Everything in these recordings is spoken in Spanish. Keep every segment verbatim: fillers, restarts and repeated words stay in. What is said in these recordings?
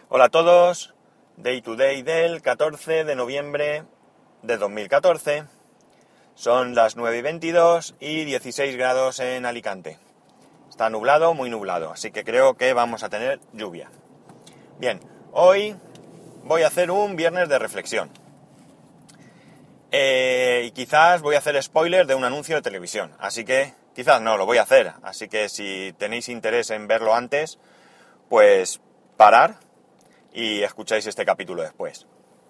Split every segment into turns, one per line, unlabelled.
Hola a todos, Day to Day del catorce de noviembre de dos mil catorce. Son las nueve y veintidós y dieciséis grados en Alicante. Está nublado, muy nublado, así que creo que vamos a tener lluvia. Bien, hoy voy a hacer un viernes de reflexión. Eh, y quizás voy a hacer spoiler de un anuncio de televisión, así que quizás no, lo voy a hacer. Así que si tenéis interés en verlo antes, pues parar y escucháis este capítulo después.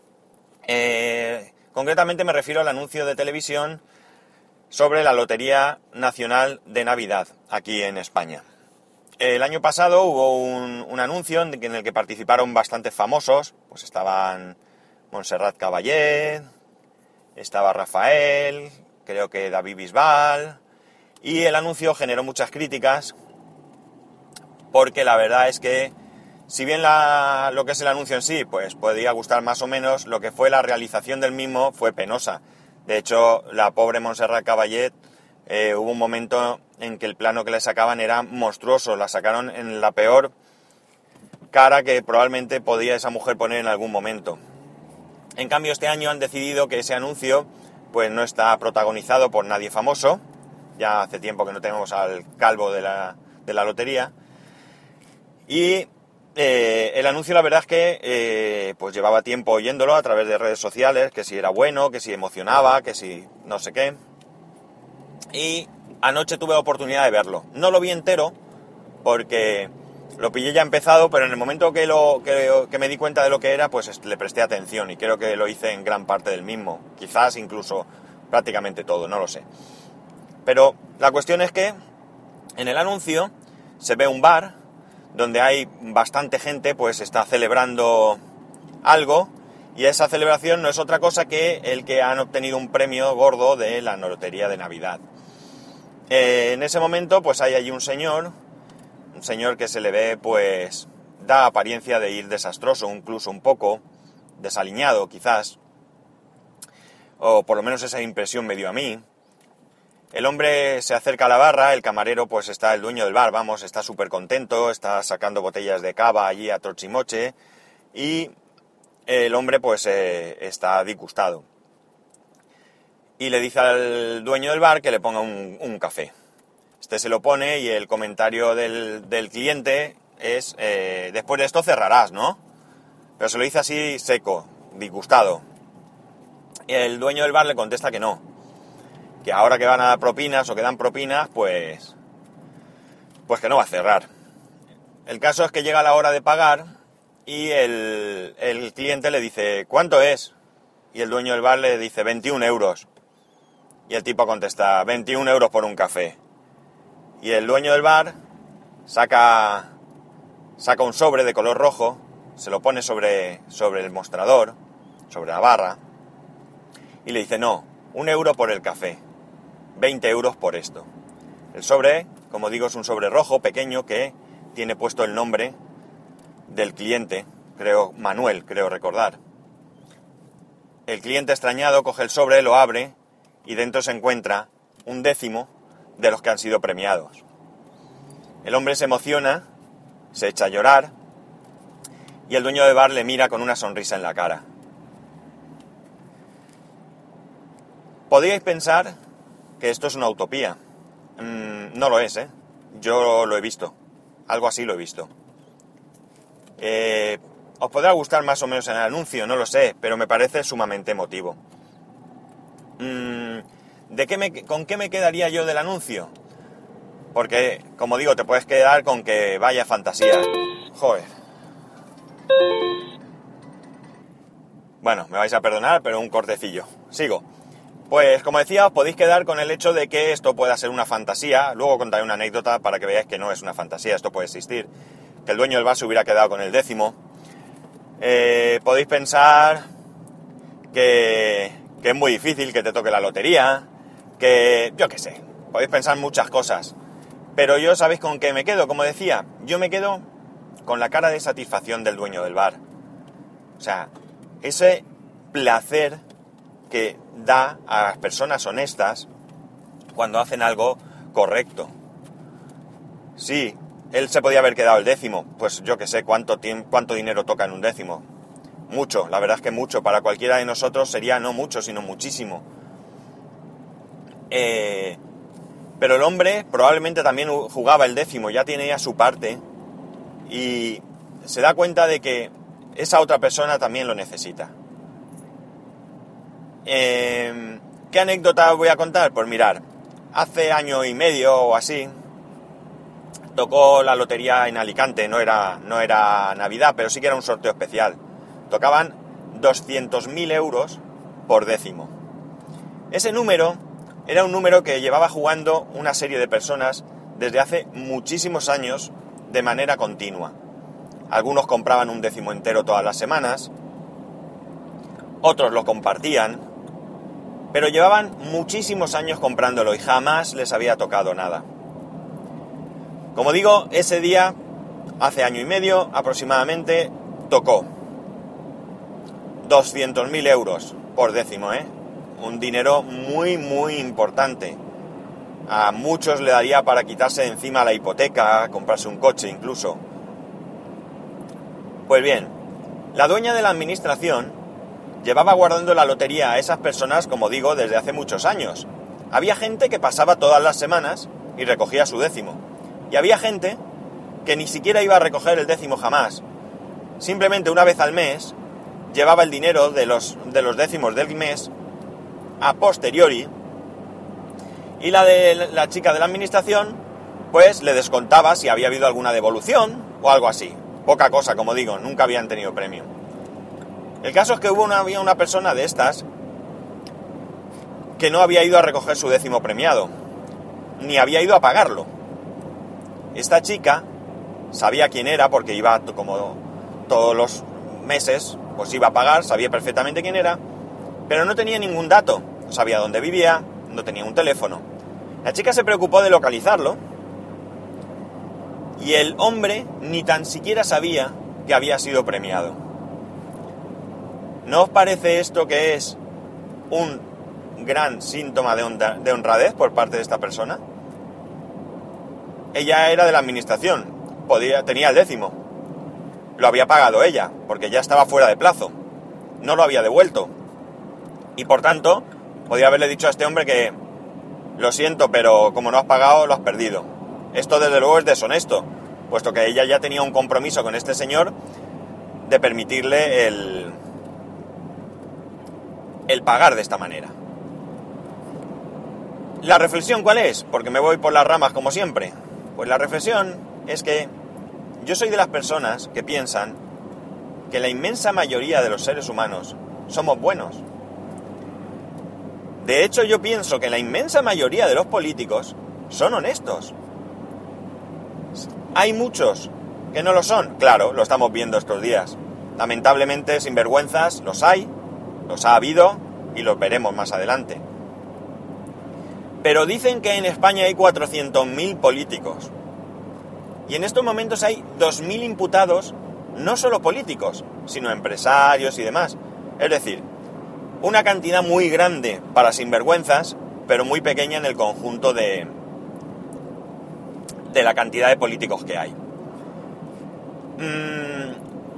Eh, concretamente me refiero al anuncio de televisión sobre la Lotería Nacional de Navidad aquí en España. El año pasado hubo un, un anuncio en el que participaron bastantes famosos, pues estaban Montserrat Caballé, estaba Rafael, creo que David Bisbal, y el anuncio generó muchas críticas porque la verdad es que si bien la, lo que es el anuncio en sí, pues podría gustar más o menos, lo que fue la realización del mismo fue penosa. De hecho, la pobre Montserrat Caballé, eh, hubo un momento en que el plano que le sacaban era monstruoso, la sacaron en la peor cara que probablemente podía esa mujer poner en algún momento. En cambio, este año han decidido que ese anuncio pues no está protagonizado por nadie famoso. Ya hace tiempo que no tenemos al calvo de la, de la lotería. Y eh, el anuncio, la verdad es que eh, pues llevaba tiempo oyéndolo a través de redes sociales, que si era bueno, que si emocionaba, que si no sé qué. Y anoche tuve la oportunidad de verlo. No lo vi entero porque lo pillé ya empezado, pero en el momento que, lo, que, que me di cuenta de lo que era, pues le presté atención y creo que lo hice en gran parte del mismo. Quizás incluso prácticamente todo, no lo sé. Pero la cuestión es que en el anuncio se ve un bar donde hay bastante gente, pues está celebrando algo, y esa celebración no es otra cosa que el que han obtenido un premio gordo de la lotería de Navidad. Eh, en ese momento pues hay allí un señor, un señor que se le ve pues da apariencia de ir desastroso, incluso un poco desaliñado quizás, o por lo menos esa impresión me dio a mí. El hombre se acerca a la barra, el camarero pues está, el dueño del bar, vamos, está súper contento, está sacando botellas de cava allí a trochimoche, y el hombre pues eh, está disgustado. Y le dice al dueño del bar que le ponga un, un café. Este se lo pone y el comentario del, del cliente es, eh, después de esto cerrarás, ¿no? Pero se lo dice así seco, disgustado. Y el dueño del bar le contesta que no, que ahora que van a dar propinas o que dan propinas, pues, pues que no va a cerrar. El caso es que llega la hora de pagar y el, el cliente le dice, ¿cuánto es? Y el dueño del bar le dice, veintiún euros. Y el tipo contesta, veintiún euros por un café. Y el dueño del bar saca, saca un sobre de color rojo, se lo pone sobre, sobre el mostrador, sobre la barra, y le dice, no, un euro por el café. veinte euros por esto. El sobre, como digo, es un sobre rojo pequeño que tiene puesto el nombre del cliente, creo, Manuel, creo recordar. El cliente extrañado coge el sobre, lo abre y dentro se encuentra un décimo de los que han sido premiados. El hombre se emociona, se echa a llorar y el dueño de bar le mira con una sonrisa en la cara. Podríais pensar que esto es una utopía. Mm, no lo es, ¿eh? Yo lo he visto. Algo así lo he visto. Eh, os podrá gustar más o menos en el anuncio, no lo sé, pero me parece sumamente emotivo. Mm, ¿de qué me, ¿Con qué me quedaría yo del anuncio? Porque, como digo, te puedes quedar con que vaya fantasía. Joder. Bueno, me vais a perdonar, pero un cortecillo. Sigo. Pues como decía, os podéis quedar con el hecho de que esto pueda ser una fantasía. Luego contaré una anécdota para que veáis que no es una fantasía, esto puede existir. Que el dueño del bar se hubiera quedado con el décimo. Eh, podéis pensar que, que es muy difícil que te toque la lotería, que yo qué sé, podéis pensar muchas cosas. Pero yo, ¿sabéis con qué me quedo? Como decía, yo me quedo con la cara de satisfacción del dueño del bar. O sea, ese placer que da a las personas honestas cuando hacen algo correcto. Sí, él se podía haber quedado el décimo. Pues yo que sé cuánto, cuánto dinero toca en un décimo. Mucho, la verdad es que mucho. Para cualquiera de nosotros sería no mucho, sino muchísimo. Eh, pero el hombre probablemente también jugaba el décimo, ya tenía su parte y se da cuenta de que esa otra persona también lo necesita. Eh, ¿Qué anécdota voy a contar? Pues mirar, hace año y medio o así tocó la lotería en Alicante, no era, no era Navidad, pero sí que era un sorteo especial. Tocaban doscientos mil euros por décimo. Ese número era un número que llevaba jugando una serie de personas desde hace muchísimos años de manera continua. Algunos compraban un décimo entero todas las semanas, otros lo compartían, pero llevaban muchísimos años comprándolo y jamás les había tocado nada. Como digo, ese día, hace año y medio aproximadamente, tocó doscientos mil euros por décimo, ¿eh? Un dinero muy, muy importante. A muchos le daría para quitarse de encima la hipoteca, comprarse un coche incluso. Pues bien, la dueña de la administración llevaba guardando la lotería a esas personas, como digo, desde hace muchos años. Había gente que pasaba todas las semanas y recogía su décimo. Y había gente que ni siquiera iba a recoger el décimo jamás. Simplemente una vez al mes llevaba el dinero de los, de los décimos del mes a posteriori, y la de la chica de la administración pues le descontaba si había habido alguna devolución o algo así. Poca cosa, como digo, nunca habían tenido premio. El caso es que hubo una, había una persona de estas que no había ido a recoger su décimo premiado, ni había ido a pagarlo. Esta chica sabía quién era porque iba, como todos los meses, pues iba a pagar, sabía perfectamente quién era, pero no tenía ningún dato, no sabía dónde vivía, no tenía un teléfono. La chica se preocupó de localizarlo y el hombre ni tan siquiera sabía que había sido premiado. ¿No os parece esto que es un gran síntoma de, honra, de honradez por parte de esta persona? Ella era de la administración, podía, tenía el décimo, lo había pagado ella, porque ya estaba fuera de plazo, no lo había devuelto. Y por tanto, podía haberle dicho a este hombre que lo siento, pero como no has pagado, lo has perdido. Esto desde luego es deshonesto, puesto que ella ya tenía un compromiso con este señor de permitirle el, el pagar de esta manera. ¿La reflexión cuál es? Porque me voy por las ramas como siempre. Pues la reflexión es que yo soy de las personas que piensan que la inmensa mayoría de los seres humanos somos buenos. De hecho, yo pienso que la inmensa mayoría de los políticos son honestos. Hay muchos que no lo son. Claro, lo estamos viendo estos días. Lamentablemente, sinvergüenzas los hay, los ha habido y los veremos más adelante. Pero dicen que en España hay cuatrocientos mil políticos. Y en estos momentos hay dos mil imputados, no solo políticos, sino empresarios y demás. Es decir, una cantidad muy grande para sinvergüenzas, pero muy pequeña en el conjunto de, de la cantidad de políticos que hay. Mm,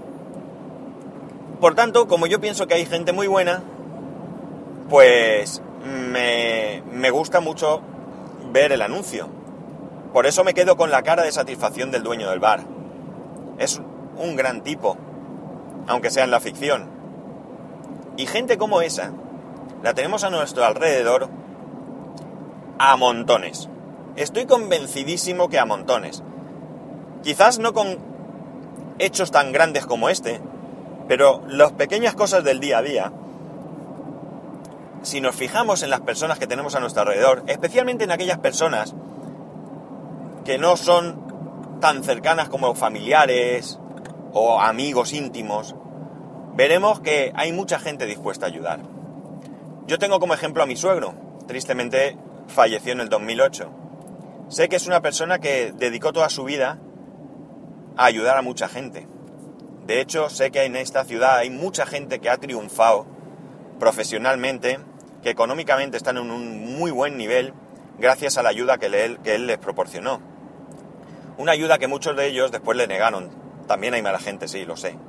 por tanto, como yo pienso que hay gente muy buena, pues me, me gusta mucho ver el anuncio. Por eso me quedo con la cara de satisfacción del dueño del bar. Es un gran tipo, aunque sea en la ficción. Y gente como esa la tenemos a nuestro alrededor a montones. Estoy convencidísimo que a montones. Quizás no con hechos tan grandes como este, pero las pequeñas cosas del día a día, si nos fijamos en las personas que tenemos a nuestro alrededor, especialmente en aquellas personas que no son tan cercanas como familiares o amigos íntimos, veremos que hay mucha gente dispuesta a ayudar. Yo tengo como ejemplo a mi suegro. Tristemente falleció en el dos mil ocho. Sé que es una persona que dedicó toda su vida a ayudar a mucha gente. De hecho, sé que en esta ciudad hay mucha gente que ha triunfado profesionalmente, que económicamente están en un muy buen nivel gracias a la ayuda que él, que él les proporcionó. Una ayuda que muchos de ellos después le negaron. También hay mala gente, sí, lo sé.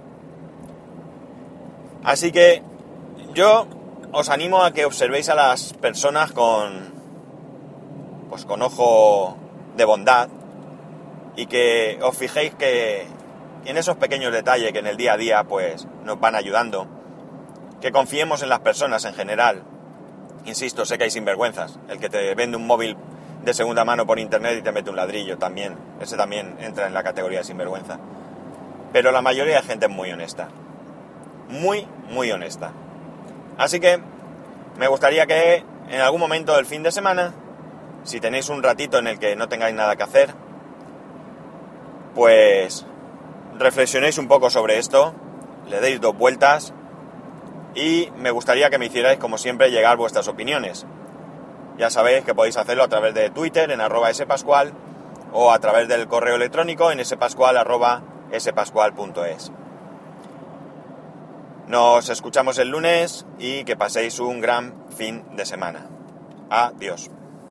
Así que yo os animo a que observéis a las personas con, pues con ojo de bondad y que os fijéis que en esos pequeños detalles que en el día a día pues nos van ayudando, que confiemos en las personas en general. Insisto, sé que hay sinvergüenzas, el que te vende un móvil de segunda mano por internet y te mete un ladrillo también, ese también entra en la categoría de sinvergüenza. Pero la mayoría de gente es muy honesta, muy, muy honesta. Así que me gustaría que en algún momento del fin de semana, si tenéis un ratito en el que no tengáis nada que hacer, pues reflexionéis un poco sobre esto, le deis dos vueltas y me gustaría que me hicierais, como siempre, llegar vuestras opiniones. Ya sabéis que podéis hacerlo a través de Twitter en arroba spascual o a través del correo electrónico en spascual arroba spascual punto es. Nos escuchamos el lunes y que paséis un gran fin de semana. Adiós.